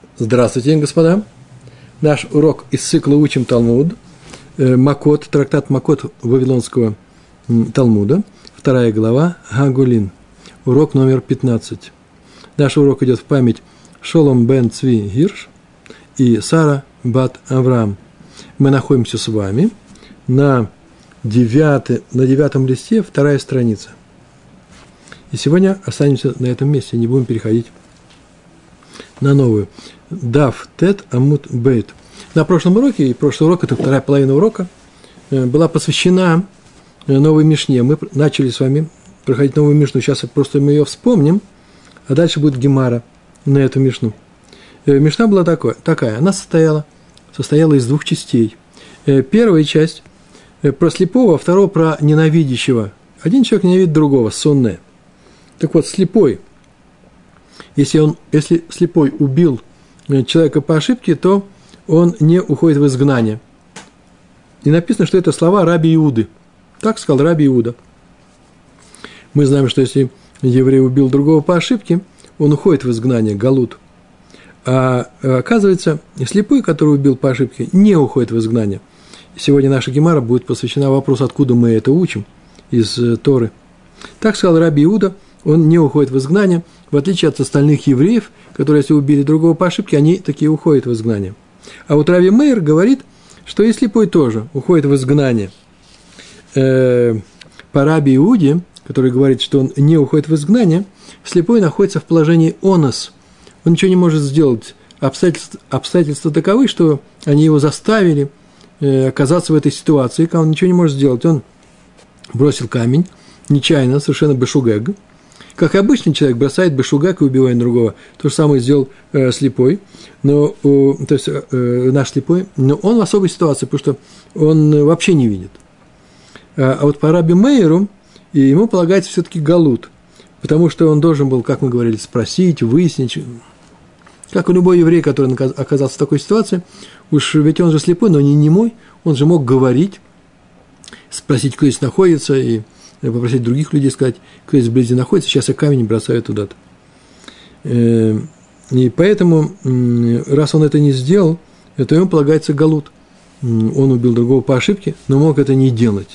Здравствуйте, господа. Наш урок из цикла «Учим Талмуд». Макот, трактат Макот Вавилонского Талмуда. 2 глава, Гагулин. Урок номер 15. Наш урок идет в память Шолом бен Цви Гирш и Сара бат Авраам. Мы находимся с вами на 9 листе, 2 страница. И сегодня останемся на этом месте, не будем переходить на новую. Дав Тет Амут Бейт. На прошлом уроке, и прошлый урок, это вторая половина урока, была посвящена новой Мишне. Мы начали с вами проходить новую Мишну. Сейчас просто мы ее вспомним, а дальше будет Гемара на эту Мишну. Мишна была такая. Она состояла из двух частей. Первая часть про слепого, а вторая про ненавидящего. Один человек ненавидит другого, сонне. Так вот, слепой, если слепой убил человека по ошибке, то он не уходит в изгнание. И написано, что это слова раби Иуды. Так сказал раби Иуда. Мы знаем, что если еврей убил другого по ошибке, он уходит в изгнание, галут. А оказывается, слепой, который убил по ошибке, не уходит в изгнание. Сегодня наша гемара будет посвящена вопросу, откуда мы это учим, из Торы. Так сказал раби Иуда, он не уходит в изгнание, в отличие от остальных евреев, которые, если убили другого по ошибке, они такие уходят в изгнание. А вот раби Меир говорит, что и слепой тоже уходит в изгнание. По раби Иуде, который говорит, что он не уходит в изгнание, слепой находится в положении онос. Он ничего не может сделать. Обстоятельства таковы, что они его заставили оказаться в этой ситуации, когда он ничего не может сделать. Он бросил камень, нечаянно, совершенно бешугег. Как обычный человек бросает бешугак и убивает другого. То же самое сделал слепой, наш слепой, но он в особой ситуации, потому что он вообще не видит. А вот по раби Меиру ему полагается все-таки галут, потому что он должен был, как мы говорили, спросить, выяснить, как у любой еврей, который оказался в такой ситуации, уж ведь он же слепой, но не немой, он же мог говорить, спросить, кто здесь находится, и попросить других людей сказать, кто здесь вблизи находится, сейчас я камень бросаю туда-то. И поэтому, раз он это не сделал, то ему полагается галут. Он убил другого по ошибке, но мог это не делать.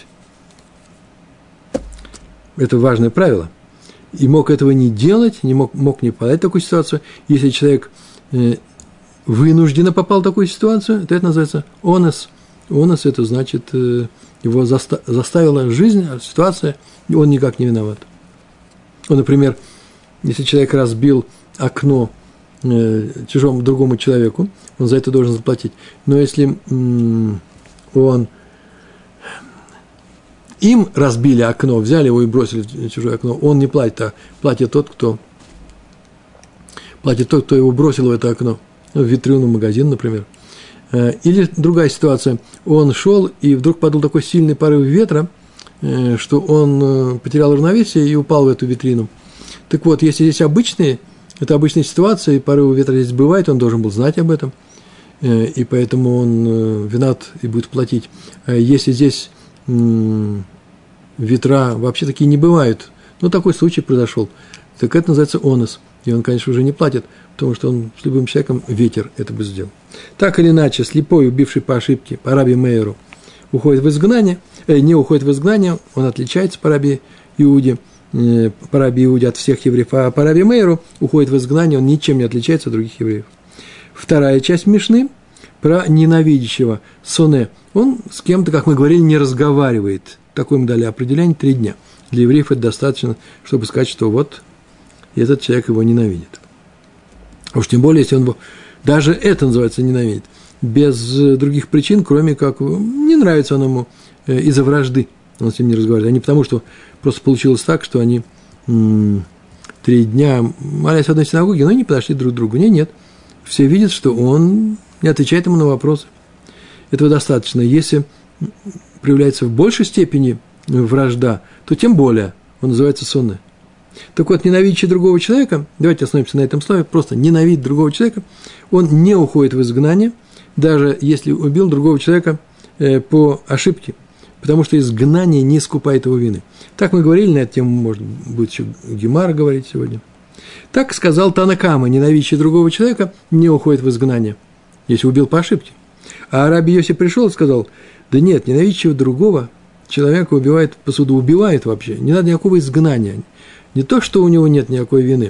Это важное правило. И мог этого не делать, мог не попадать в такую ситуацию. Если человек вынужденно попал в такую ситуацию, то это называется онос. Онос – это значит, его заставила жизнь, ситуация, и он никак не виноват. Например, если человек разбил окно чужому другому человеку, он за это должен заплатить. Но если им разбили окно, взяли его и бросили в чужое окно, он не платит, а платит тот, кто его бросил в это окно, в витрину магазина, например. Или другая ситуация, он шел, и вдруг подул такой сильный порыв ветра, что он потерял равновесие и упал в эту витрину. Так вот, если здесь это обычная ситуация, и порывы ветра здесь бывает, он должен был знать об этом, и поэтому он виноват и будет платить. А если здесь ветра вообще такие не бывают, такой случай произошел, так это называется онос, и он, конечно, уже не платит, потому что он с любым человеком ветер это бы сделал. Так или иначе, слепой, убивший по ошибке, по раби Меиру, уходит в изгнание, не уходит в изгнание, он отличается по раби Иуде от всех евреев, а по раби Меиру уходит в изгнание, он ничем не отличается от других евреев. Вторая часть Мишны про ненавидящего соне. Он с кем-то, как мы говорили, не разговаривает. Такое ему дали определение 3 дня. Для евреев это достаточно, чтобы сказать, что вот этот человек его ненавидит. А уж тем более, если он его... Даже это называется ненавидит. Без других причин, кроме как не нравится он ему из-за вражды. Он с ним не разговаривает. А не потому, что просто получилось так, что они 3 дня молялись в одной синагоге, но не подошли друг к другу. Нет. Все видят, что он не отвечает ему на вопросы. Этого достаточно. Если проявляется в большей степени вражда, то тем более он называется сонне. Так вот, ненавидящий другого человека, давайте остановимся на этом слове, просто ненавидит другого человека, он не уходит в изгнание, даже если убил другого человека по ошибке, потому что изгнание не искупает его вины. Так мы говорили на эту тему, может будет еще Гемара говорить сегодня. Так сказал Тана Кама: ненавидящий другого человека не уходит в изгнание, если убил по ошибке. А Раби Йоси пришел и сказал: да нет, ненавидящего другого человека убивает по суду, убивает вообще, не надо никакого изгнания. Не то, что у него нет никакой вины,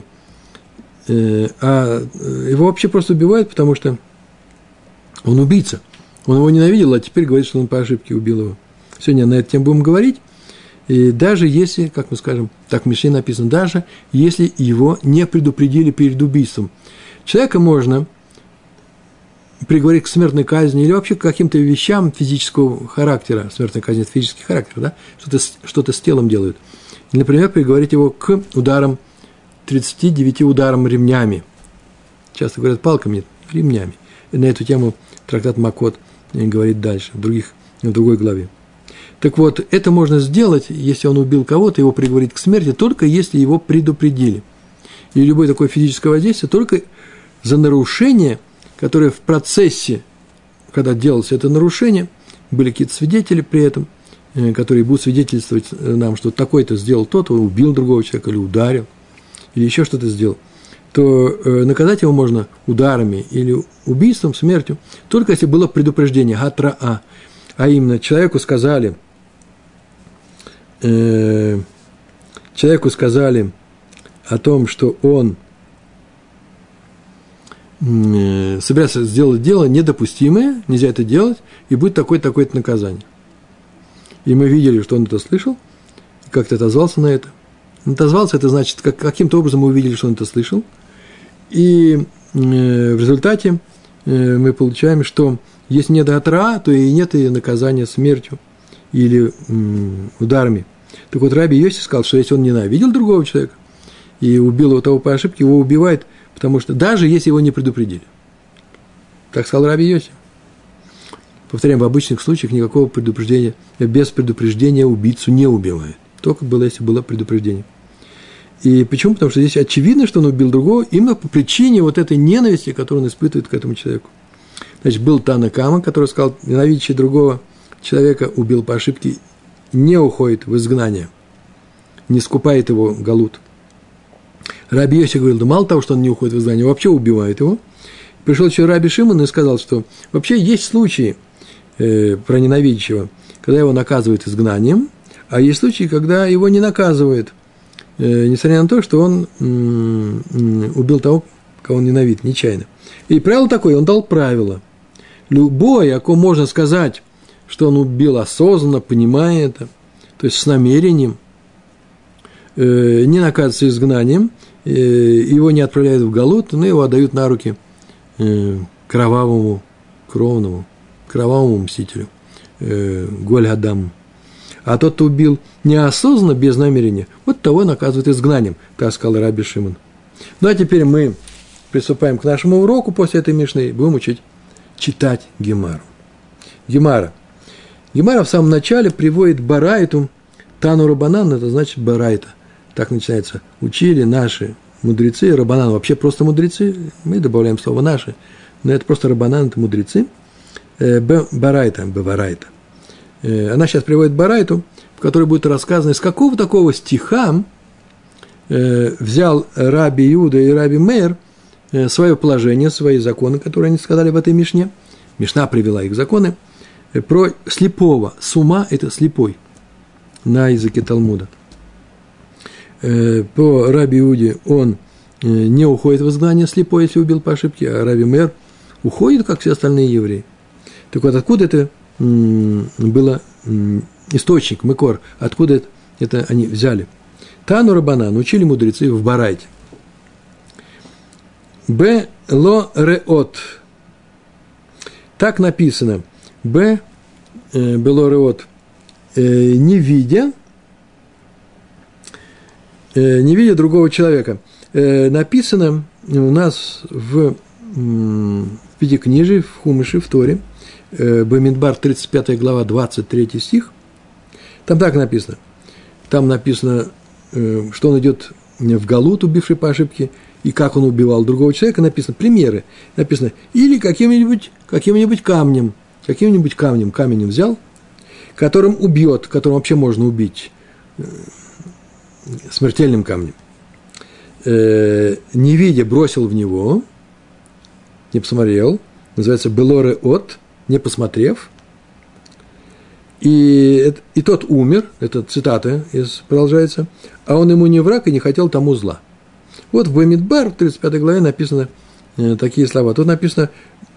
а его вообще просто убивают, потому что он убийца. Он его ненавидел, а теперь говорит, что он по ошибке убил его. Сегодня на эту тему будем говорить. И даже если, как мы скажем, так в Мишне написано, даже если его не предупредили перед убийством. Человека можно приговорить к смертной казни или вообще к каким-то вещам физического характера. Смертная казнь – это физический характер, да? Что-то с телом делают. Или, например, приговорить его к ударам, 39 ударам ремнями. Часто говорят палками, нет, ремнями. И на эту тему трактат Макот говорит дальше, в другой главе. Так вот, это можно сделать, если он убил кого-то, его приговорить к смерти, только если его предупредили. И любое такое физическое воздействие только за нарушение, которое в процессе, когда делалось это нарушение, были какие-то свидетели при этом, которые будут свидетельствовать нам, что такой-то сделал то-то, убил другого человека или ударил, или еще что-то сделал, то наказать его можно ударами или убийством, смертью, только если было предупреждение, гатraa, а именно человеку сказали о том, что он собирается сделать дело недопустимое, нельзя это делать, и будет такое-то наказание. И мы видели, что он это слышал, как-то отозвался на это. Отозвался, это значит, каким-то образом мы увидели, что он это слышал, и в результате мы получаем, что если нет гатraa, то и нет и наказания смертью или ударами. Так вот, Раби Йоси сказал, что если он ненавидел другого человека и убил его того по ошибке, его убивает, потому что даже если его не предупредили. Так сказал Раби Йоси. Повторяем, в обычных случаях никакого предупреждения, без предупреждения убийцу не убивают. Только если было предупреждение. И почему? Потому что здесь очевидно, что он убил другого именно по причине вот этой ненависти, которую он испытывает к этому человеку. Значит, был Тана Кама, который сказал, ненавидящий другого человека убил по ошибке, не уходит в изгнание, не скупает его галут. Раби Йоси говорил, да мало того, что он не уходит в изгнание, вообще убивает его. Пришел еще Раби Шимон и сказал, что вообще есть случаи про ненавидящего, когда его наказывают изгнанием, а есть случаи, когда его не наказывают, несмотря на то, что он убил того, кого он ненавидит, нечаянно. И правило такое, он дал правило. Любой, о ком можно сказать, что он убил осознанно, понимая это, то есть с намерением, не наказывается изгнанием, его не отправляют в галут, но его отдают на руки кровавому мстителю, Голь-Гадаму. А тот, кто убил неосознанно, без намерения, вот того наказывают изгнанием, так сказал Раби Шимон. Ну, а теперь мы приступаем к нашему уроку после этой Мишны и будем учить читать Гемару. Гемара в самом начале приводит барайту, Тану Рабанан, это значит барайта. Так начинается. Учили наши мудрецы, Рабанан вообще просто мудрецы, мы добавляем слово наши, но это просто Рабанан, это мудрецы. Барайта. Она сейчас приводит барайту, в которой будет рассказано, из какого такого стиха взял Раби Иуда и Раби Меир свое положение, свои законы, которые они сказали в этой Мишне. Мишна привела их законы про слепого. Сума – это слепой на языке Талмуда. По Раби Иуде он не уходит в изгнание слепой, если убил по ошибке, а Раби Меир уходит, как все остальные евреи. Так вот, откуда это было источник, мекор, откуда это они взяли? Тану Рабанан, учили мудрецы в барайте. Б ло реот. Так написано. Б бело реот. Не видя другого человека. Написано у нас в Пятикнижии, в Хумыше, в Торе, Бамидбар, 35 глава, 23 стих. Там так написано. Там написано, что он идет в галут, убивший по ошибке, и как он убивал другого человека. Написано примеры. Написано, или каким-нибудь камнем взял, которым убьет, которым вообще можно убить, смертельным камнем. не видя, бросил в него, не посмотрел, называется «белоре от», не посмотрев, и тот умер, это цитата продолжается, а он ему не враг и не хотел тому зла. Вот в Бамидбар, в 35 главе, написано такие слова. Тут написано,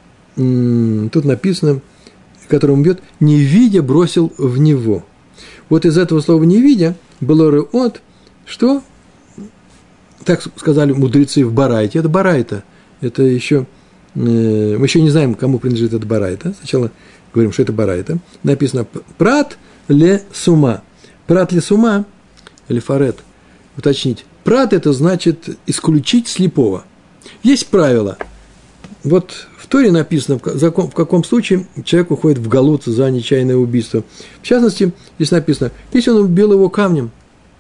которым бьет, не видя, бросил в него. Вот из этого слова «не видя» «белоре от», что? Так сказали мудрецы в Барайте. Это Барайта. Это еще, мы еще не знаем, кому принадлежит это Барайта. Сначала говорим, что это Барайта. Написано «прат ле сума». «Прат ле сума» или «фарет», уточнить. «Прат» – это значит исключить слепого. Есть правило. Вот в Торе написано, в каком случае человек уходит в галут за нечаянное убийство. В частности, здесь написано, если он убил его камнем.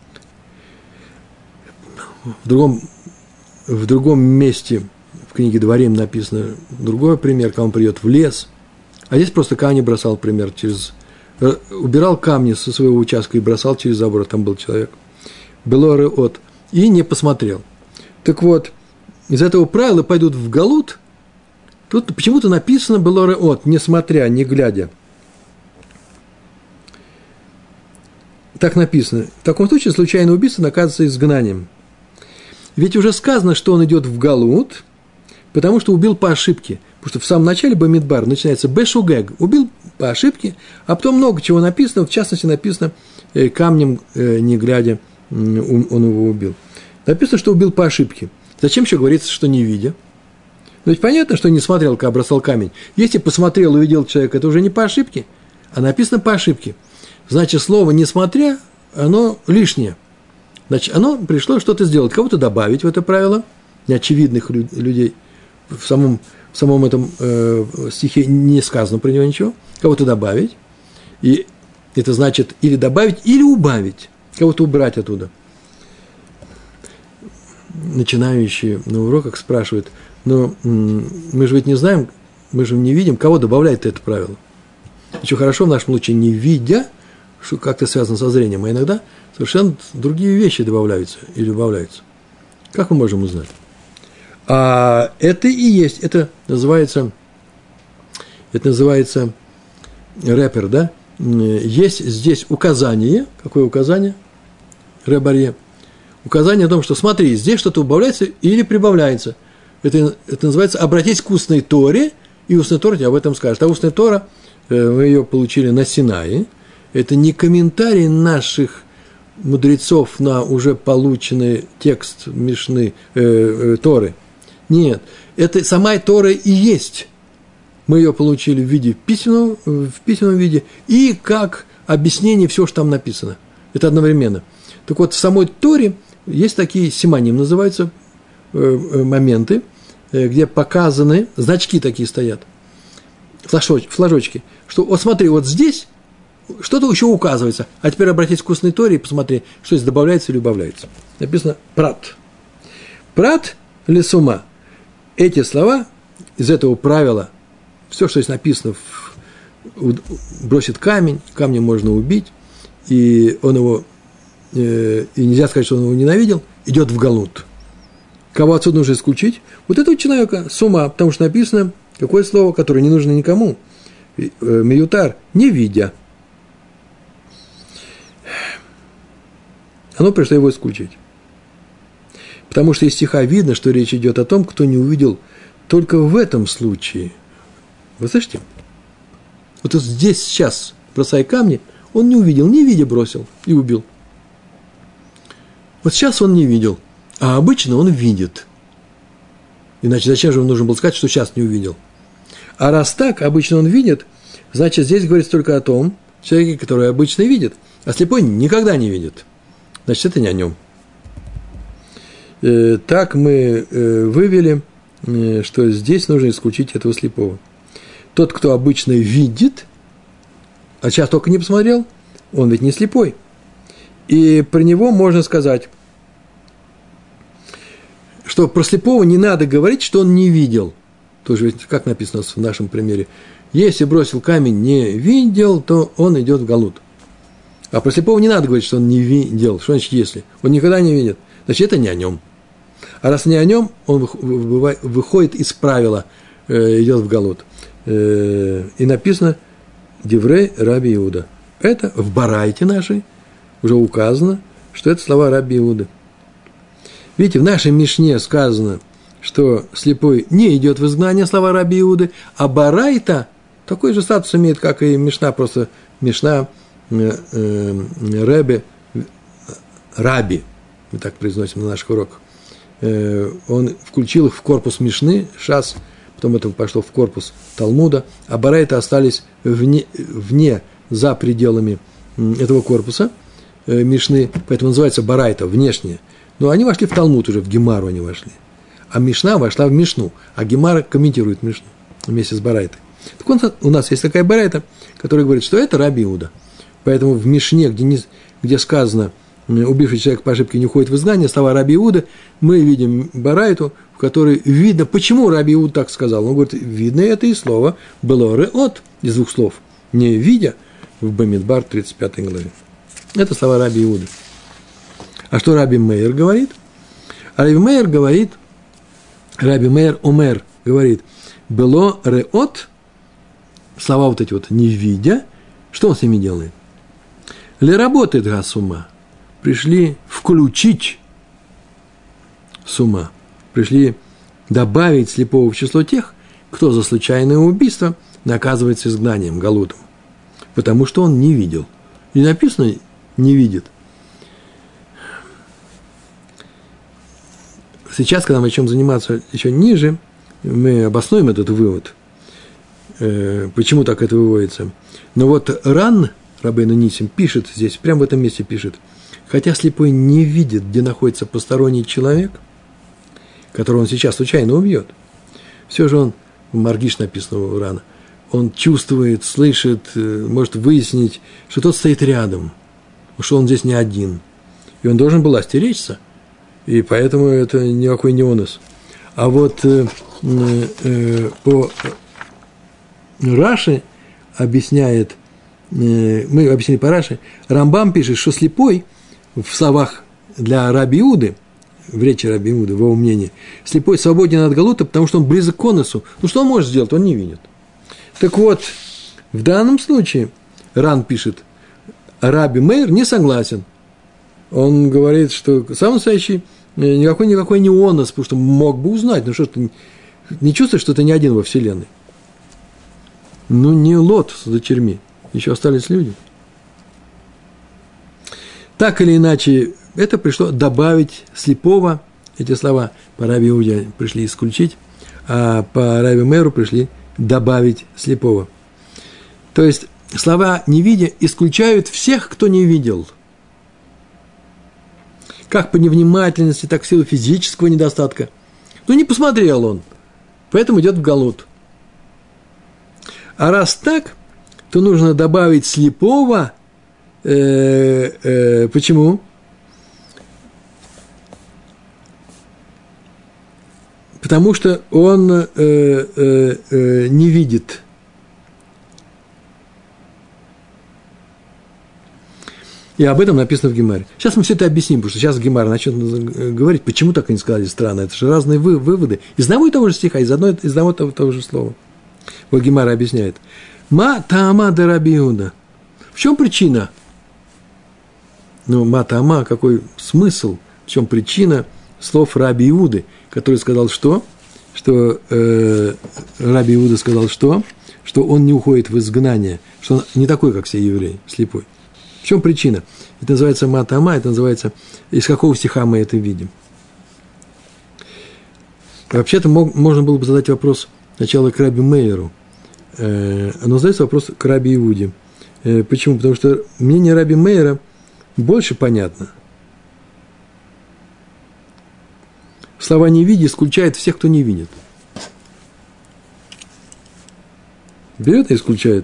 В другом месте в книге Дворим написано другой пример, когда он придет в лес. А здесь просто камни бросал, например, убирал камни со своего участка и бросал через забор, там был человек. Белоре от. И не посмотрел. Так вот, из этого правила пойдут в галут. Тут почему-то написано «белоре от», не смотря, не глядя. Так написано. В таком случае случайное убийство наказывается изгнанием. Ведь уже сказано, что он идет в галут, потому что убил по ошибке. Потому что в самом начале Бамидбар начинается «бешугег», убил по ошибке, а потом много чего написано, в частности написано камнем, не глядя, он его убил. Написано, что убил по ошибке. Зачем еще говорится, что не видя? Ну, ведь понятно, что не смотрел, когда бросал камень. Если посмотрел, увидел человека, это уже не по ошибке, а написано по ошибке. Значит, слово «не смотря», оно лишнее. Значит, оно пришло что-то сделать, кого-то добавить в это правило, неочевидных людей. В самом этом стихе не сказано про него ничего. Кого-то добавить. И это значит или добавить, или убавить. Кого-то убрать оттуда. Начинающие на уроках спрашивают, но мы же ведь не знаем, мы же не видим, кого добавляет это правило. Еще хорошо в нашем случае не видя, что как-то связано со зрением, а иногда совершенно другие вещи добавляются или убавляются. Как мы можем узнать? А это и есть, это называется рэпер, да? Есть здесь указание, какое указание? Рэбарье. Указание о том, что смотри, здесь что-то убавляется или прибавляется. Это называется «обратись к устной Торе», и устная Тора тебе об этом скажет. А устная Тора, мы ее получили на Синае, это не комментарий наших мудрецов на уже полученный текст Мишны, Торы. Нет, это сама Тора и есть. Мы ее получили в письменном виде и как объяснение всего, что там написано. Это одновременно. Так вот, в самой Торе есть такие симоним, называются моменты, где показаны, значки такие стоят, флажочки, что вот смотри, вот здесь что-то еще указывается, а теперь обратись к устной Торе и посмотри, что здесь добавляется или убавляется. Написано «прат». «Прат» лесума. Эти слова из этого правила, все, что здесь написано, бросит камень, камнем можно убить, и он его, и нельзя сказать, что он его ненавидел, идет в галут. Кого отсюда нужно исключить? Вот этого человека с ума, потому что написано, какое слово, которое не нужно никому. Миютар, не видя. Оно пришло его исключить. Потому что из стиха видно, что речь идет о том, кто не увидел только в этом случае. Вы слышите? Вот здесь сейчас, бросая камни, он не увидел, не видя бросил и убил. Вот сейчас он не видел, а обычно он видит. Иначе зачем же ему нужно было сказать, что сейчас не увидел? А раз так, обычно он видит, значит, здесь говорится только о том человеке, который обычно видит, а слепой никогда не видит. Значит, это не о нем. Так мы вывели, что здесь нужно исключить этого слепого. Тот, кто обычно видит, а сейчас только не посмотрел, он ведь не слепой. И про него можно сказать, что про слепого не надо говорить, что он не видел. Тоже ведь, как написано в нашем примере, если бросил камень, не видел, то он идет в галут. А про слепого не надо говорить, что он не видел. Что значит если? Он никогда не видит. Значит, это не о нем. А раз не о нем, он выходит из правила, идет в галут. И написано «Деврей Раби Иуда». Это в Барайте нашей уже указано, что это слова Раби Иуды. Видите, в нашей Мишне сказано, что слепой не идет в изгнание, слова Раби Иуды, а Барайта такой же статус имеет, как и Мишна, просто Мишна Раби, мы так произносим на наших уроках. Он включил их в корпус Мишны, Шас, потом это пошло в корпус Талмуда, а Барайта остались вне, за пределами этого корпуса Мишны, поэтому называется Барайта, внешнее. Но они вошли в Талмуд уже, в Гемару они вошли. А Мишна вошла в Мишну, а Гемара комментирует Мишну вместе с Барайтой. Так вот, у нас есть такая Барайта, которая говорит, что это Раби Иуда. Поэтому в Мишне, где сказано, убивший человек по ошибке не уходит в изгнание, слова Раби Иуда, мы видим Барайту, в которой видно, почему Раби Иуда так сказал. Он говорит, видно это и слово было реот, из двух слов, не видя, в Бамидбар 35 главе. Это слова Раби Иуды. А что Раби Меир говорит? А Раби Меир говорит, Раби Меир Омер говорит, было реот, слова вот эти вот, не видя, что он с ними делает? Ли работает гасума, пришли включить с ума, пришли добавить слепого в число тех, кто за случайное убийство наказывается изгнанием, галутом, потому что он не видел. И написано «не видит». Сейчас, когда мы начнем заниматься еще ниже, мы обоснуем этот вывод, почему так это выводится. Но вот Ран, Рабейну Нисим, пишет здесь, прямо в этом месте пишет, хотя слепой не видит, где находится посторонний человек, которого он сейчас случайно убьет, все же он, в Маргиш написано у Рана, он чувствует, слышит, может выяснить, что тот стоит рядом, что он здесь не один, и он должен был остеречься, и поэтому это никакой не онос. А вот по Раши объясняет, мы объяснили по Раши, Рамбам пишет, что слепой в словах для Раби Иуды, в речи Раби Иуды, в его мнении, слепой свободен от галута, потому что он близок к оносу. Ну, что он может сделать? Он не видит. Так вот, в данном случае Ран пишет, Раби Меир не согласен. Он говорит, что самый настоящий никакой не онос, потому что мог бы узнать, ну что ты не чувствуешь, что ты не один во Вселенной. Ну, не Лот с дочерьми, еще остались люди. Так или иначе, это пришло добавить слепого, эти слова по Раби Иуде пришли исключить, а по Раби Меиру пришли добавить слепого. То есть, слова «не видя» исключают всех, кто не видел. Как по невнимательности, так в силу физического недостатка. Ну, не посмотрел он, поэтому идет в галут. А раз так, то нужно добавить слепого. Почему? Потому что он не видит. И об этом написано в Гемаре. Сейчас мы все это объясним, потому что сейчас Гемара начнет говорить, почему так они сказали странно. Это же разные выводы. Из одного и того же стиха, из одного и того же слова. Вот Гемара объясняет. Ма таама де Раби Иуда. В чем причина? Ну, ма таама, какой смысл? В чем причина слов Раби Иуды, который сказал что? Что Раби Иуда сказал что? Что он не уходит в изгнание, что он не такой, как все евреи, слепой. В чем причина? Это называется ма таама, это называется, из какого стиха мы это видим. Вообще-то можно было бы задать вопрос сначала к Раби Меиру, но задается вопрос к Раби Иуде. Почему? Потому что мнение Раби Меира больше понятно. Слова «не видя» исключает всех, кто не видит. Берет и исключает.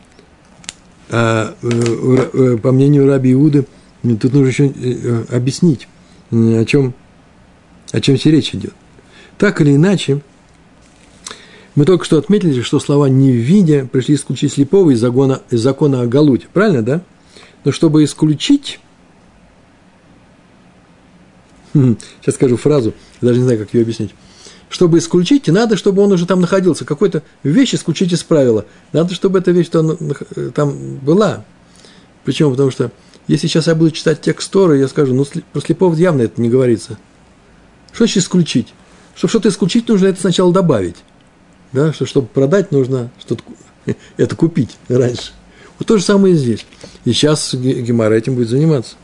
А по мнению Раби Иуды, тут нужно еще объяснить, о чем здесь речь идет. Так или иначе, мы только что отметили, что слова «не видя» пришли исключить слепого из закона о галуте. Правильно, да? Но чтобы исключить, Сейчас скажу фразу, даже не знаю, как ее объяснить. Чтобы исключить, надо, чтобы он уже там находился. Какой-то вещь исключить из правила. Надо, чтобы эта вещь там была. Почему? Потому что, если сейчас я буду читать текст Торы, я скажу, ну, про слепого явно это не говорится. Что значит исключить? Чтобы что-то исключить, нужно это сначала добавить. Да? Чтобы продать, нужно что-то это купить раньше. Вот то же самое и здесь. И сейчас Гемара этим будет заниматься.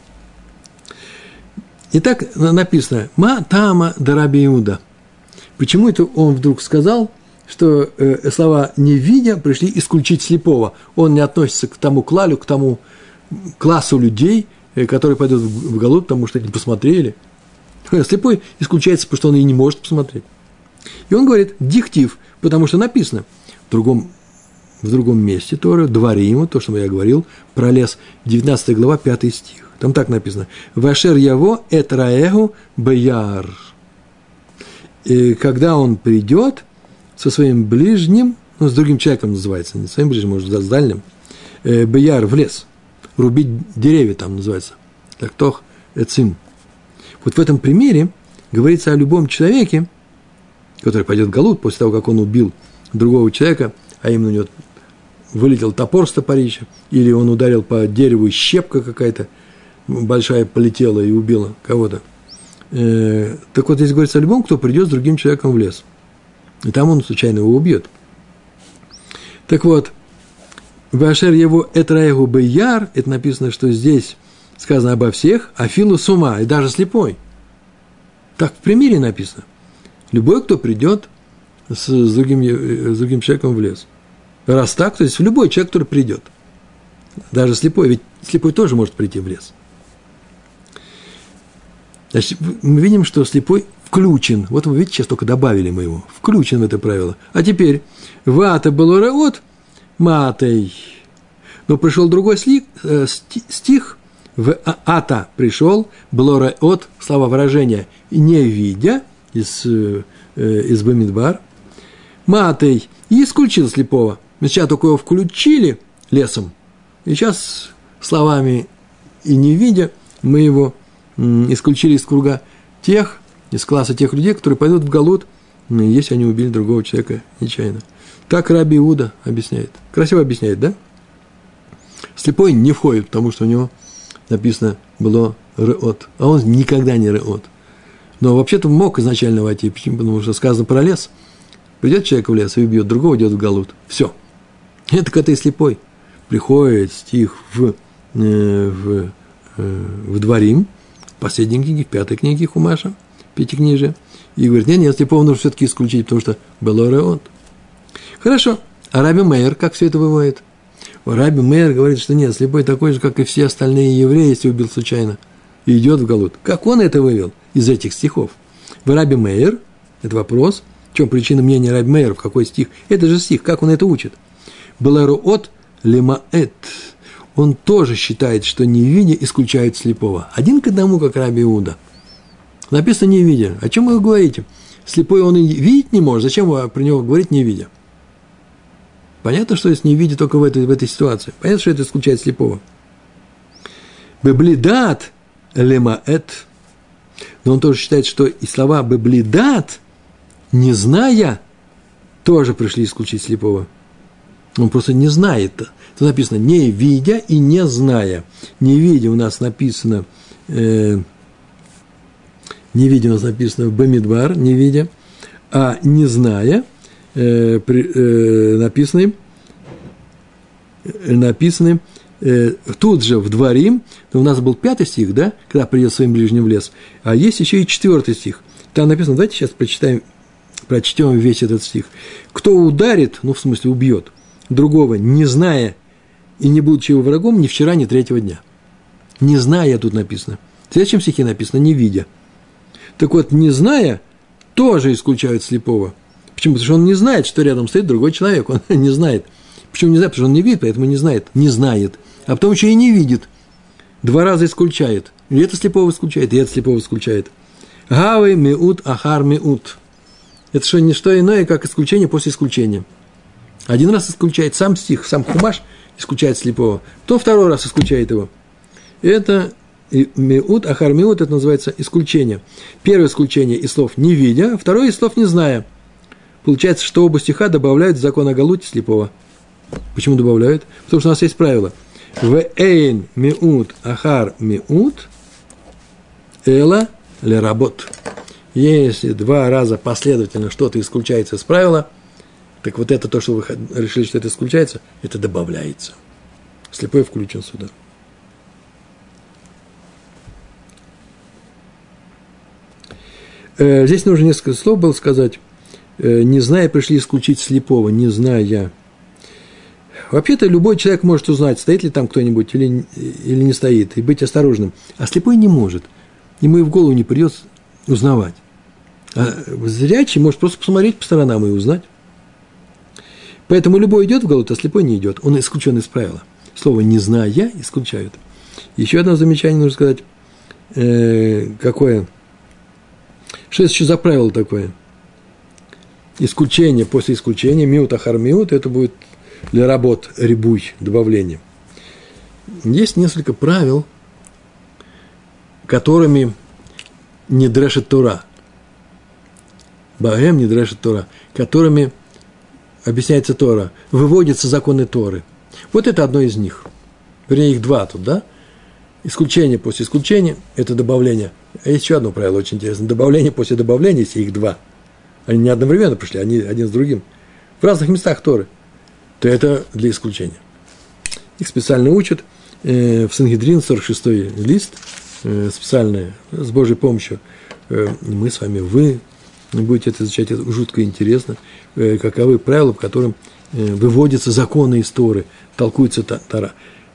Итак, написано «Ма тама дараби Иуда». Почему это он вдруг сказал, что слова «не видя» пришли исключить слепого? Он не относится к тому клалю, к тому классу людей, которые пойдут в галут, потому что не посмотрели. Слепой исключается, потому что он и не может посмотреть. И он говорит «диктив», потому что написано в другом месте Торы, Дворим, то, что я говорил, про лес, 19 глава, 5 стих. Там так написано «Вашер яво эт раэгу беяр». И когда он придет со своим ближним, ну, с другим человеком называется, не своим ближним, может, с дальним, беяр, в лес, рубить деревья там называется, так тох эцим. Вот в этом примере говорится о любом человеке, который пойдет в галут после того, как он убил другого человека, а именно у него вылетел топор с топорища, или он ударил по дереву, и щепка какая-то большая полетела и убила кого-то. Так вот, здесь говорится о любом, кто придет с другим человеком в лес. И там он случайно его убьет. Так вот, «Вашер его этраегу бейяр», это написано, что здесь сказано обо всех, а филу с ума, и даже слепой. Так в примере написано. Любой, кто придет с другим человеком в лес. Раз так, то есть любой человек, который придет. Даже слепой, ведь слепой тоже может прийти в лес. Значит, мы видим, что слепой включен. Вот вы видите, сейчас только добавили мы его. Включен в это правило. А теперь «вата было раот матей». Но пришел другой стих. В «ата» пришел, было раот, слова выражения, не видя, из Бамидбар. Матей. И исключил слепого. Сейчас только его включили лесом. И сейчас словами и не видя мы его исключили из круга тех, из класса тех людей, которые пойдут в галут, если они убили другого человека нечаянно. Так Раби Иуда объясняет. Красиво объясняет, да? Слепой не входит, потому что у него написано было реот, а он никогда не реот. Но вообще-то мог изначально войти, почему? Потому что сказано про лес. Придет человек в лес и убьет, другого идет в галут. Все. Это когда ты слепой. Приходит стих в Дворим, в последней книге, в 5 книге Хумаша, Пятикнижия, и говорит, нет, слепого нужно все-таки исключить, потому что было реот. Хорошо. А Раби Меир, как все это бывает? Раби Меир говорит, что нет, слепой такой же, как и все остальные евреи, если убил случайно, и идет в галут. Как он это вывел из этих стихов? В Раби Меир, это вопрос, в чем причина мнения Раби Меира, в какой стих? Это же стих, как он это учит? Беларуот лемаэт. Он тоже считает, что не видя исключает слепого. Один к одному, как Раби Иуда. Написано не видя. О чем вы говорите? Слепой он и видеть не может. Зачем вы про него говорить не видя? Понятно, что есть не видя только в этой ситуации. Понятно, что это исключает слепого. Беблидат лемаэт. Но он тоже считает, что и слова беблидат, не зная, тоже пришли исключить слепого. Он просто не знает. Тут написано не видя и не зная. Не видя у нас написано в Бамидбар, не видя, а не зная написаны тут же в Дворим, у нас был 5 стих, да, когда придет своим ближним в лес, а есть еще и 4 стих. Там написано, давайте сейчас прочтем весь этот стих. Кто ударит, ну, в смысле, убьет другого, не зная и не будучи его врагом ни вчера, ни третьего дня. Не зная тут написано. В следующем стихе написано не видя. Так вот, не зная, тоже исключают слепого. Почему? Потому что он не знает, что рядом стоит другой человек. Он не знает. Почему не знает? Потому что он не видит, поэтому не знает. Не знает. А потом еще и не видит. 2 раза исключает. И это слепого исключает, и это слепого исключает. Гавы миут ахар миут. Это что, не что иное, как исключение после исключения. 1 раз исключает сам стих, сам Хумаш исключает слепого. То 2 раз исключает его. Это и миут, ахар миут, это называется исключение. Первое исключение из слов «не видя», второе из слов «не зная». Получается, что оба стиха добавляют в закон о галуте слепого. Почему добавляют? Потому что у нас есть правило. «Вэйн миут ахар миут эла леработ». Если два раза последовательно что-то исключается из правила, так вот это то, что вы решили, что это исключается, это добавляется. Слепой включен сюда. Здесь нужно несколько слов было сказать. Не зная, пришли исключить слепого, не зная. Вообще-то любой человек может узнать, стоит ли там кто-нибудь или не стоит, и быть осторожным. А слепой не может. Ему и в голову не придет узнавать. А зрячий может просто посмотреть по сторонам и узнать. Поэтому любой идет в галут, а слепой не идет. Он исключен из правила. Слово «не зная» исключают. Еще одно замечание нужно сказать. Какое? Что это еще за правило такое? Исключение после исключения, миут ахар миут, это будет для работ рибуй, добавление. Есть несколько правил, которыми не дрешет Тора. Баэм не дрешет Тора, которыми объясняется Тора, выводятся законы Торы. Вот это одно из них. Вернее, их два тут, да? Исключение после исключения – это добавление. А есть еще одно правило очень интересное. Добавление после добавления, если их два. Они не одновременно пришли, они один с другим. В разных местах Торы. То это для исключения. Их специально учат. В Сангедрин, 46-й лист, специально, с Божьей помощью. Мы с вами, вы будете это изучать, это жутко интересно. Каковы правила, по которым выводятся законы из Торы, толкуется Тора.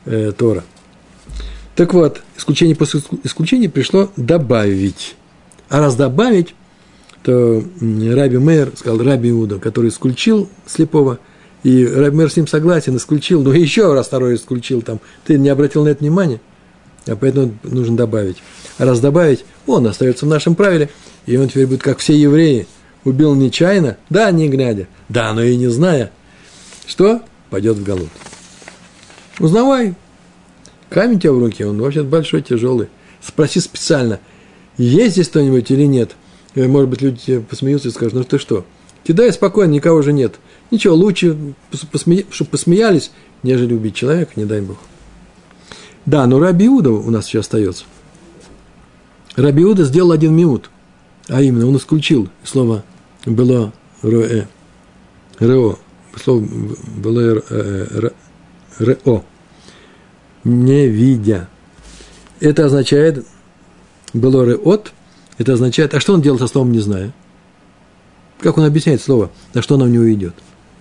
Так вот, исключение после исключения пришло добавить. А раз добавить, то Раби Меир сказал Раби Иуда, который исключил слепого, и Раби Меир с ним согласен, исключил, но еще раз второй исключил, там, ты не обратил на это внимания, а поэтому нужно добавить. А раз добавить, он остается в нашем правиле, и он теперь будет, как все евреи, убил нечаянно, да, не глядя, да, но и не зная, что пойдет в галут. Узнавай. Камень у тебя в руке, он вообще большой, тяжелый. Спроси специально, есть здесь кто-нибудь или нет. И, может быть, люди тебе посмеются и скажут, ну ты что? Кидай спокойно, никого же нет. Ничего, лучше, чтобы посмеялись, нежели убить человека, не дай Бог. Да, но Раби Иуда у нас еще остается. Раби Иуда сделал один миут, а именно, он исключил слово «было роэ», «рео», слово «было рео», не видя. Это означает «было реот», это означает, а что он делал со словом «не зная»? Как он объясняет слово, на что оно у него идет?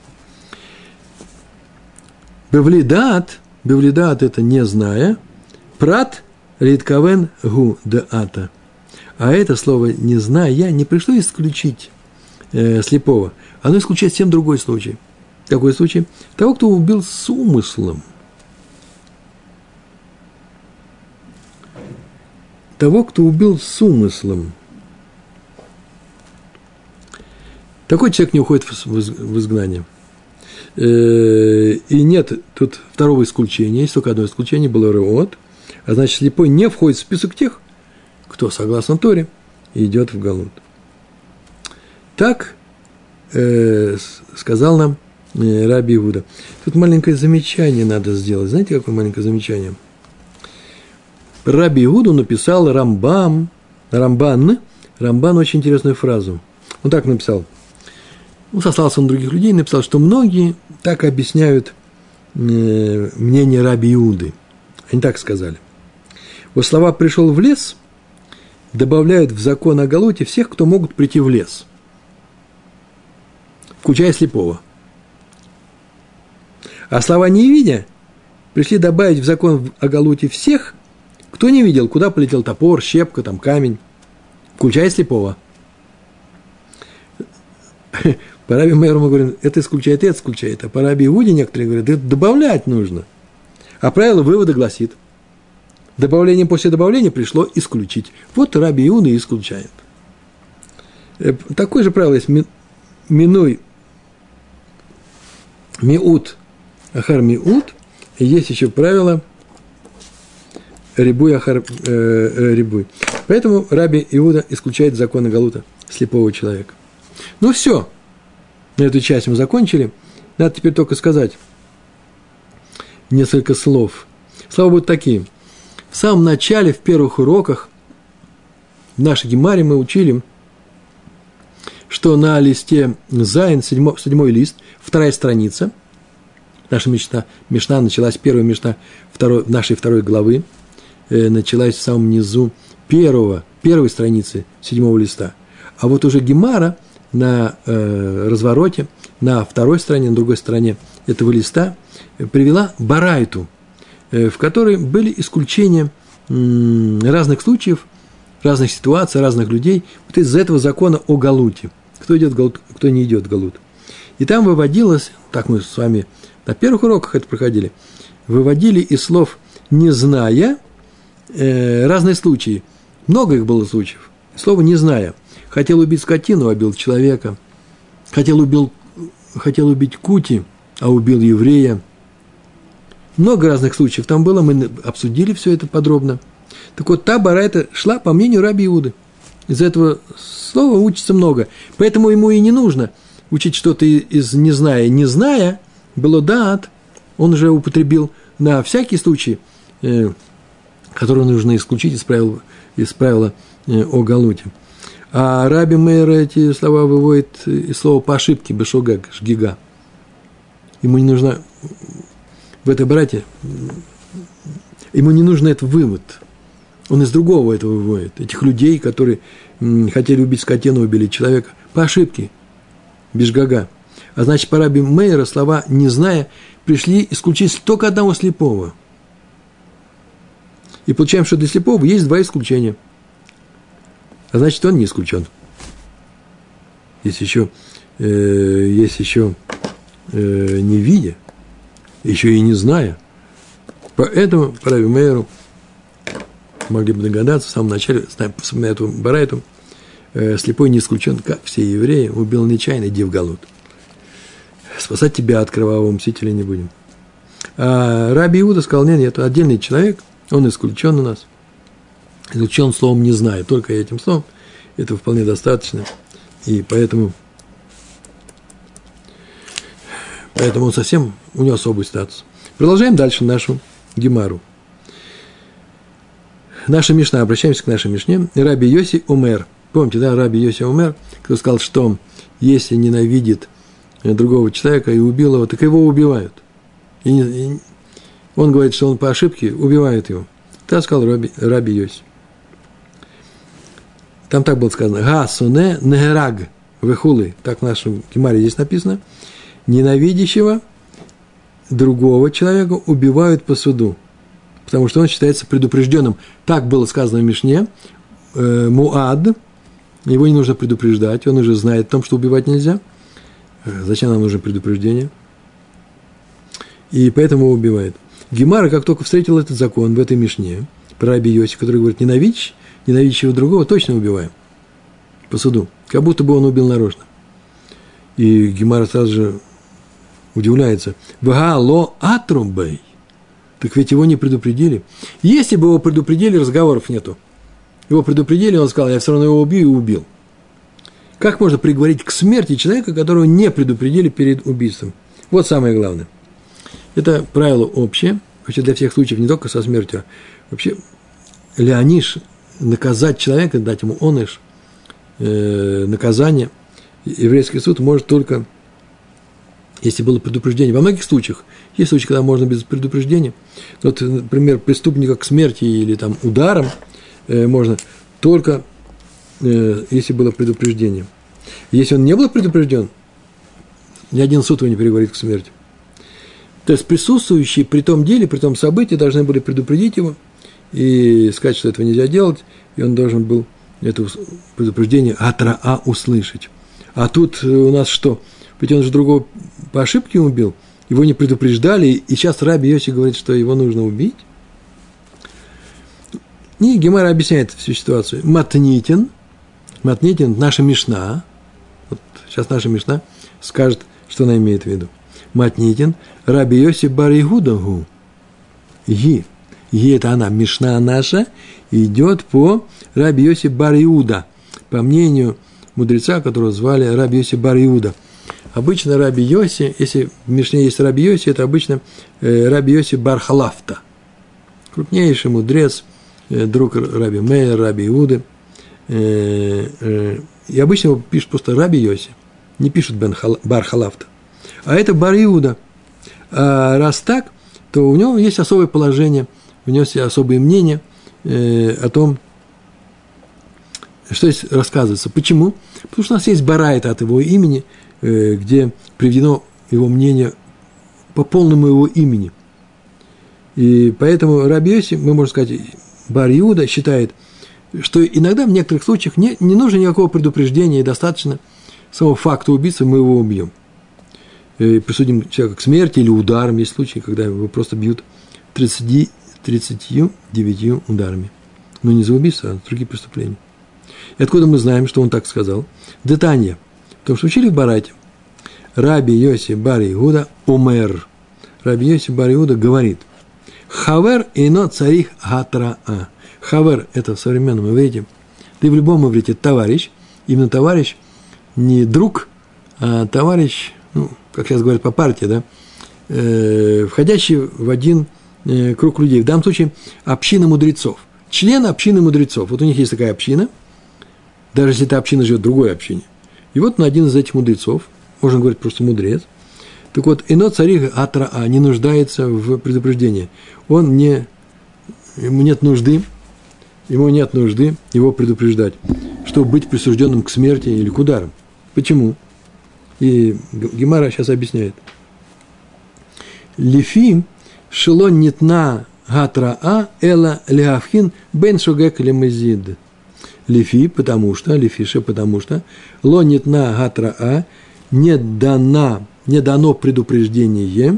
Бевлидат это «не зная», прат литковен гу деата. А это слово «не зная» не пришло исключить слепого. Оно исключает совсем другой случай. Какой случай? Того, кто убил с умыслом. Того, кто убил с умыслом. Такой человек не уходит в изгнание. И нет тут второго исключения, есть только одно исключение, было реот, а значит, слепой не входит в список тех, кто, согласно Торе, идет в галут. Так сказал нам Раби Иуда. Тут маленькое замечание надо сделать. Знаете, какое маленькое замечание? Раби Иуду написал Рамбан очень интересную фразу. Он так написал. Сослался на других людей и написал, что многие так объясняют мнение Раби Иуды. Они так сказали. Вот слова «пришел в лес» добавляют в закон о галуте всех, кто могут прийти в лес, включая слепого. А слова «не видя» пришли добавить в закон о галуте всех, кто не видел, куда полетел топор, щепка, там, камень, включая слепого. По Раби Меиру мы говорим, это исключает. А по Раби Иуде некоторые говорят, это добавлять нужно. А правило вывода гласит, добавление после добавления пришло исключить. Вот Раби Иуда и исключает. Такое же правило есть минуй миут ахар миут. И есть еще правило рибуй ахар рибуй. Поэтому Раби Иуда исключает законы галута слепого человека. Ну все, на эту часть мы закончили. Надо теперь только сказать несколько слов. Слова будут такие. В самом начале, в первых уроках, в нашей гемаре мы учили, что на листе Зайн, 7 лист, 2 страница, наша Мишна началась, первая Мишна нашей 2 главы, началась в самом низу первой страницы 7 листа. А вот уже гемара на развороте, на второй стороне, на другой стороне этого листа, привела барайту, в которой были исключения разных случаев, разных ситуаций, разных людей, вот из-за этого закона о галуте. Кто идет в галут, кто не идет в галут. И там выводилось, так мы с вами на первых уроках это проходили, выводили из слов «не зная» разные случаи. Много их было случаев. Слово «не зная». Хотел убить скотину, убил человека. Хотел убить кути, а убил еврея. Много разных случаев там было, мы обсудили все это подробно. Так вот, та барайта шла по мнению Раби Иуды. Из этого слова учится много. Поэтому ему и не нужно учить что-то из «не зная». «Не зная» было «даат», он уже употребил на всякий случай, который нужно исключить из правила о галуте. А Раби Мейер эти слова выводит из слова по ошибке, бешогаг, шгига. Ему не нужно в этой барайте, ему не нужно этот вывод. Он из другого этого выводит. Этих людей, которые хотели убить скотину, убили человека по ошибке, бешгага. А значит, по Раби Мейера слова «не зная» пришли исключить только одного слепого. И получаем, что для слепого есть 2 исключения. А значит, он не исключен. Есть еще не видя, еще и не зная. Поэтому по Раби Мейеру могли бы догадаться в самом начале, вспоминая эту барайту, слепой не исключен, как все евреи, убил нечаянно, иди в галут. Спасать тебя от кровавого мстителя не будем. А Раби Иуда сказал, нет, это отдельный человек, он исключен у нас. Исключен словом «не знаю», только этим словом, это вполне достаточно. И поэтому он совсем, у него особый статус. Продолжаем дальше нашу гемару. Наша Мишна, обращаемся к нашей Мишне. Раби Йоси Омер. Помните, да, Раби Йоси Омер, кто сказал, что если ненавидит другого человека и убил его, так его убивают. И он говорит, что он по ошибке убивает его. Так сказал Раби Йоси. Там так было сказано. Га суне негераг вехулы. Так в нашем гемаре здесь написано. Ненавидящего другого человека убивают по суду, потому что он считается предупрежденным. Так было сказано в Мишне. Муад, его не нужно предупреждать, он уже знает о том, что убивать нельзя. Зачем нам нужно предупреждение? И поэтому его убивает. Гемара, как только встретил этот закон в этой Мишне, про Раби Йоси, который говорит, ненавидящего другого точно убиваем по суду, как будто бы он убил нарочно. И Гемара сразу же удивляется. Ваало атрумбей. Так ведь его не предупредили. Если бы его предупредили, разговоров нету. Его предупредили, он сказал, я все равно его убью и убил. Как можно приговорить к смерти человека, которого не предупредили перед убийством? Вот самое главное. Это правило общее, вообще для всех случаев, не только со смертью, а вообще леониш, наказать человека, дать ему оныш, наказание, еврейский суд может только, если было предупреждение. Во многих случаях, есть случаи, когда можно без предупреждения. Вот, например, преступника к смерти или там ударом можно только, если было предупреждение. Если он не был предупрежден, ни один суд его не приговорит к смерти. То есть присутствующие при том деле, при том событии должны были предупредить его и сказать, что этого нельзя делать, и он должен был это предупреждение атраа услышать. А тут у нас что? Ведь он же другого по ошибке убил, его не предупреждали, и сейчас Раби Йоси говорит, что его нужно убить. И Гемара объясняет всю ситуацию. Матнитин, наша Мишна, вот сейчас наша Мишна скажет, что она имеет в виду. Матнитин, Раби Йоси бар Игудагу, И это она, Мишна наша, идет по Раби Йоси бар Иуда, по мнению мудреца, которого звали Раби Йоси бар Иуда. Обычно Раби Йоси, если в Мишне есть Раби Йоси, это обычно Раби Йоси бар Халафта, крупнейший мудрец, друг Раби Мея, Раби Иуды. И обычно его пишут просто Раби Йоси, не пишут бар Халафта. А это бар Иуда. А раз так, то у него есть особое положение, у него есть особые мнения о том, что здесь рассказывается. Почему? Потому что у нас есть барайта от его имени, где приведено его мнение по полному его имени. И поэтому Раби Йоси, мы можем сказать, бар Иуда считает, что иногда в некоторых случаях не нужно никакого предупреждения, и достаточно самого факта убийцы, мы его убьем. И присудим человека к смерти или ударом. Есть случаи, когда его просто бьют 39 ударами. Но не за убийство, а за другие преступления. И откуда мы знаем, что он так сказал? Детанья. Потому что учили в Барайте. Раби Йоси бар Иуда омер. Раби Йоси бар Иуда говорит: Хавер ино царих гатraa. Хавер – это в современном иврите, да и в любом иврите товарищ. Именно товарищ не друг, а товарищ, ну, как сейчас говорят по партии, да, входящий в один круг людей. В данном случае община мудрецов. Члены общины мудрецов. Вот у них есть такая община, даже если эта община живет в другой общине. И вот на один из этих мудрецов, можно говорить просто мудрец, так вот, ино царих атраа, не нуждается в предупреждении. Ему нет нужды его предупреждать, чтобы быть присужденным к смерти или к ударам. Почему? И Гемара сейчас объясняет. Лифи шело нитна гатраа эла леавхин бен шогек лемезид. Лифи, потому что ло нитна гатраа, не дано предупреждение,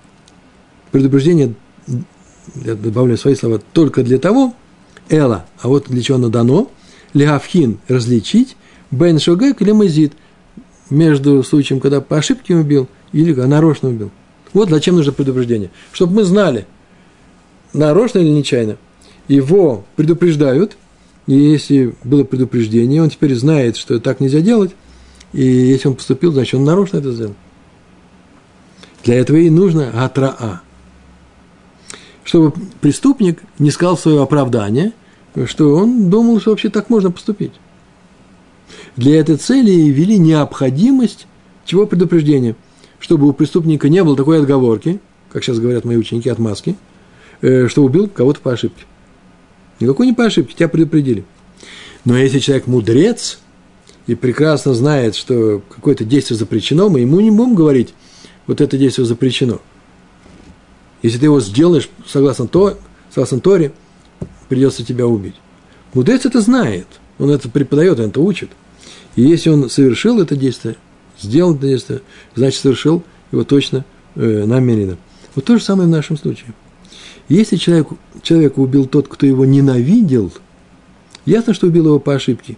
я добавляю свои слова, только для того, эла, а вот для чего оно дано, леавхин, различить, бен шогек лемезид, между случаем, когда по ошибке убил или нарочно убил. Вот зачем нужно предупреждение. Чтобы мы знали, нарочно или нечаянно, его предупреждают, и если было предупреждение, он теперь знает, что так нельзя делать, и если он поступил, значит, он нарочно это сделал. Для этого и нужно атраа. Чтобы преступник не сказал свое оправдание, что он думал, что вообще так можно поступить. Для этой цели ввели необходимость чего предупреждения, чтобы у преступника не было такой отговорки, как сейчас говорят мои ученики, отмазки, что убил кого-то по ошибке. Никакой не по ошибке, тебя предупредили. Но если человек мудрец и прекрасно знает, что какое-то действие запрещено, мы ему не будем говорить, вот это действие запрещено. Если ты его сделаешь согласно Торе, придется тебя убить. Мудрец это знает, он это преподает, он это учит. И если он совершил это действие, сделал это действие, значит, совершил его точно намеренно. Вот то же самое в нашем случае. Если человека убил тот, кто его ненавидел, ясно, что убил его по ошибке.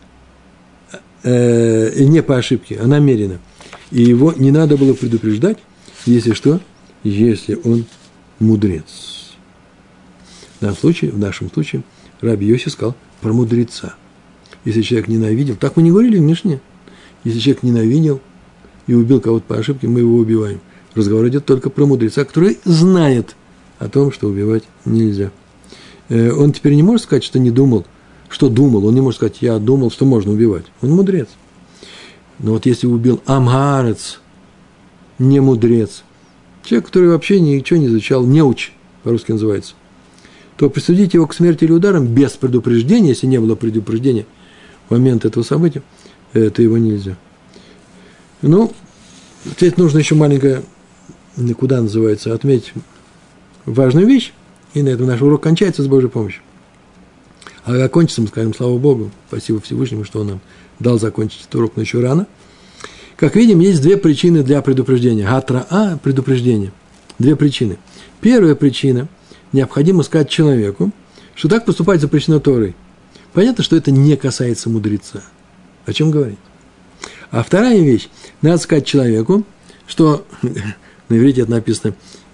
И не по ошибке, а намеренно. И его не надо было предупреждать, если что, если он мудрец. В нашем случае Раби Йоси сказал про мудреца. Если человек ненавидел, так мы не говорили в Мишне, если человек ненавидел и убил кого-то по ошибке, мы его убиваем. Разговор идет только про мудреца, который знает о том, что убивать нельзя. Он теперь не может сказать, что не думал, что думал. Он не может сказать, я думал, что можно убивать. Он мудрец. Но вот если убил амгарец, не мудрец, человек, который вообще ничего не изучал, неуч, по-русски называется, то присудить его к смерти или ударам без предупреждения, если не было предупреждения в момент этого события, то его нельзя. Ну, здесь нужно еще маленькое, куда называется, отметить важную вещь, и на этом наш урок кончается с Божьей помощью. А окончится, мы скажем, слава Богу, спасибо Всевышнему, что Он нам дал закончить этот урок, но еще рано. Как видим, есть две причины для предупреждения. Атраа – предупреждение. Две причины. Первая причина – необходимо сказать человеку, что так поступать запрещено Торой. Понятно, что это не касается мудреца. О чем говорить? А вторая вещь – надо сказать человеку, что, на иврите это написано,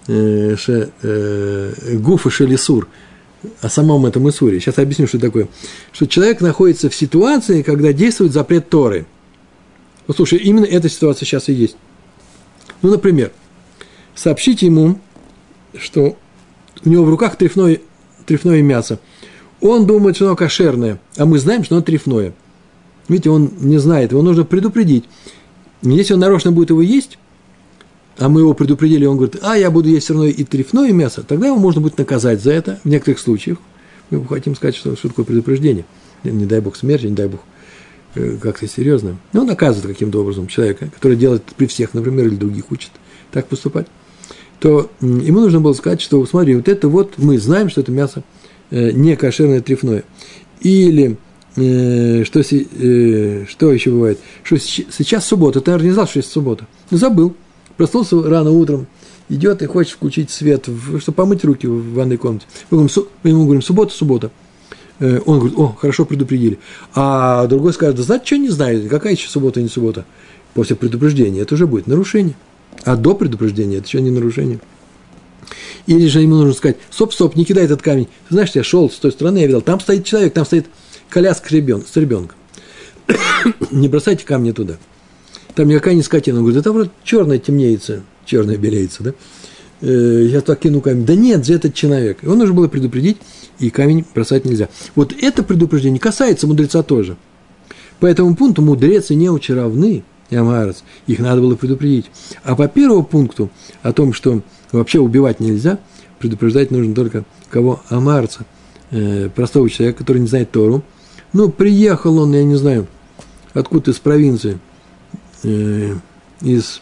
гуфа шелисур, о самом этом Исуре. Сейчас я объясню, что это такое. Что человек находится в ситуации, когда действует запрет Торы. Вот слушай, именно эта ситуация сейчас и есть. Ну, например, сообщите ему, что у него в руках трефное мясо. Он думает, что оно кошерное, а мы знаем, что оно трефное. Видите, он не знает, его нужно предупредить. Если он нарочно будет его есть, а мы его предупредили, он говорит, я буду есть все равно и трефное мясо, тогда его можно будет наказать за это в некоторых случаях. Мы хотим сказать, что такое предупреждение. Не дай Бог смерти, не дай Бог как-то серьезно. Но он наказывает каким-то образом человека, который делает при всех, например, или других учит так поступать. То ему нужно было сказать, что, смотри, вот это вот мы знаем, что это мясо не кошерное трефное. Или, что еще бывает, что сейчас суббота, ты, наверное, не знал, что сейчас суббота, но забыл. Проснулся рано утром, идет и хочет включить свет, чтобы помыть руки в ванной комнате. Мы ему говорим, суббота. Он говорит, хорошо предупредили. А другой скажет, да знаете, что не знаю, какая еще суббота, не суббота. После предупреждения это уже будет нарушение. А до предупреждения это еще не нарушение. Или же ему нужно сказать, стоп, не кидай этот камень. Ты знаешь, я шел с той стороны, я видел, там стоит человек, там стоит коляска с ребенком. Не бросайте камни туда. Там никакая не скотина. Он говорит, это вроде черное темнеется, черное белеется, да? Я так кину камень. Да нет же, этот человек. Его нужно было предупредить, и камень бросать нельзя. Вот это предупреждение касается мудреца тоже. По этому пункту мудрец и неучи равны, Ямаарец, их надо было предупредить. А по первому пункту, о том, что вообще убивать нельзя, предупреждать нужно только кого? Амаарца, простого человека, который не знает Тору. Ну, приехал он, я не знаю, откуда из провинции, из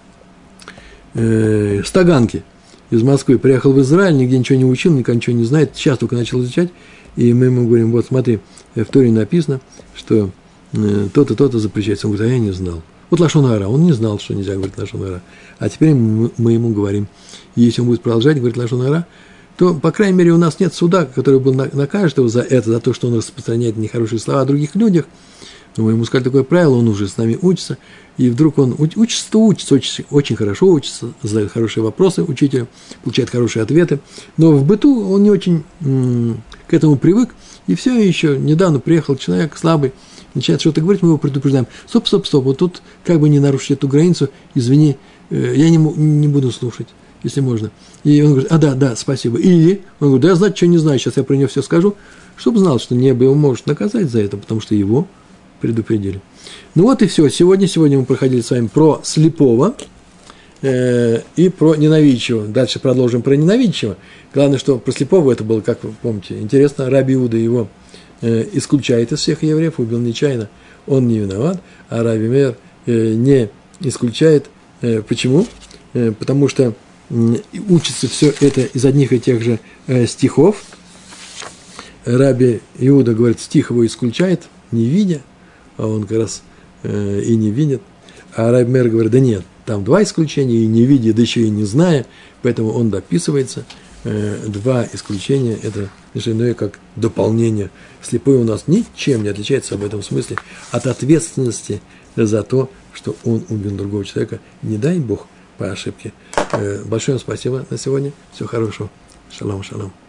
Таганки, из Москвы, приехал в Израиль, нигде ничего не учил, никогда ничего не знает, сейчас только начал изучать, и мы ему говорим, вот смотри, в Торе написано, что то-то, то-то запрещается. Он говорит, я не знал. Вот лашон ара, он не знал, что нельзя говорить лашон ара. А теперь мы ему говорим, если он будет продолжать говорить лашон ара, то, по крайней мере, у нас нет суда, который был накажет его за это, за то, что он распространяет нехорошие слова о других людях. Но мы ему сказали такое правило, он уже с нами учится, и вдруг он учится, очень хорошо учится, задает хорошие вопросы учителю, получает хорошие ответы, но в быту он не очень к этому привык, и все еще недавно приехал человек слабый, начинает что-то говорить, мы его предупреждаем, стоп, вот тут как бы не нарушить эту границу, извини, я не буду слушать, если можно. И он говорит, да, спасибо. Или он говорит, да я знать, что не знаю, сейчас я про него все скажу, чтобы знал, что небо его может наказать за это, потому что его предупредили. Ну вот и все. Сегодня мы проходили с вами про слепого и про ненавидящего. Дальше продолжим про ненавидящего. Главное, что про слепого это было, как вы помните, интересно, Раби Иуда его исключает из всех евреев, убил нечаянно, он не виноват, а Раби Меир не исключает. Почему? Потому что учится все это из одних и тех же стихов. Раби Иуда говорит, стих его исключает, не видя, а он как раз и не видит. А Раби Меир говорит, да нет, там два исключения, и не видя, да еще и не зная, поэтому он дописывается. Два исключения – это не что иное, как дополнение. Слепой у нас ничем не отличается в этом смысле от ответственности за то, что он убил другого человека, не дай Бог, по ошибке. Большое вам спасибо на сегодня. Всего хорошего. Шалом, шалом.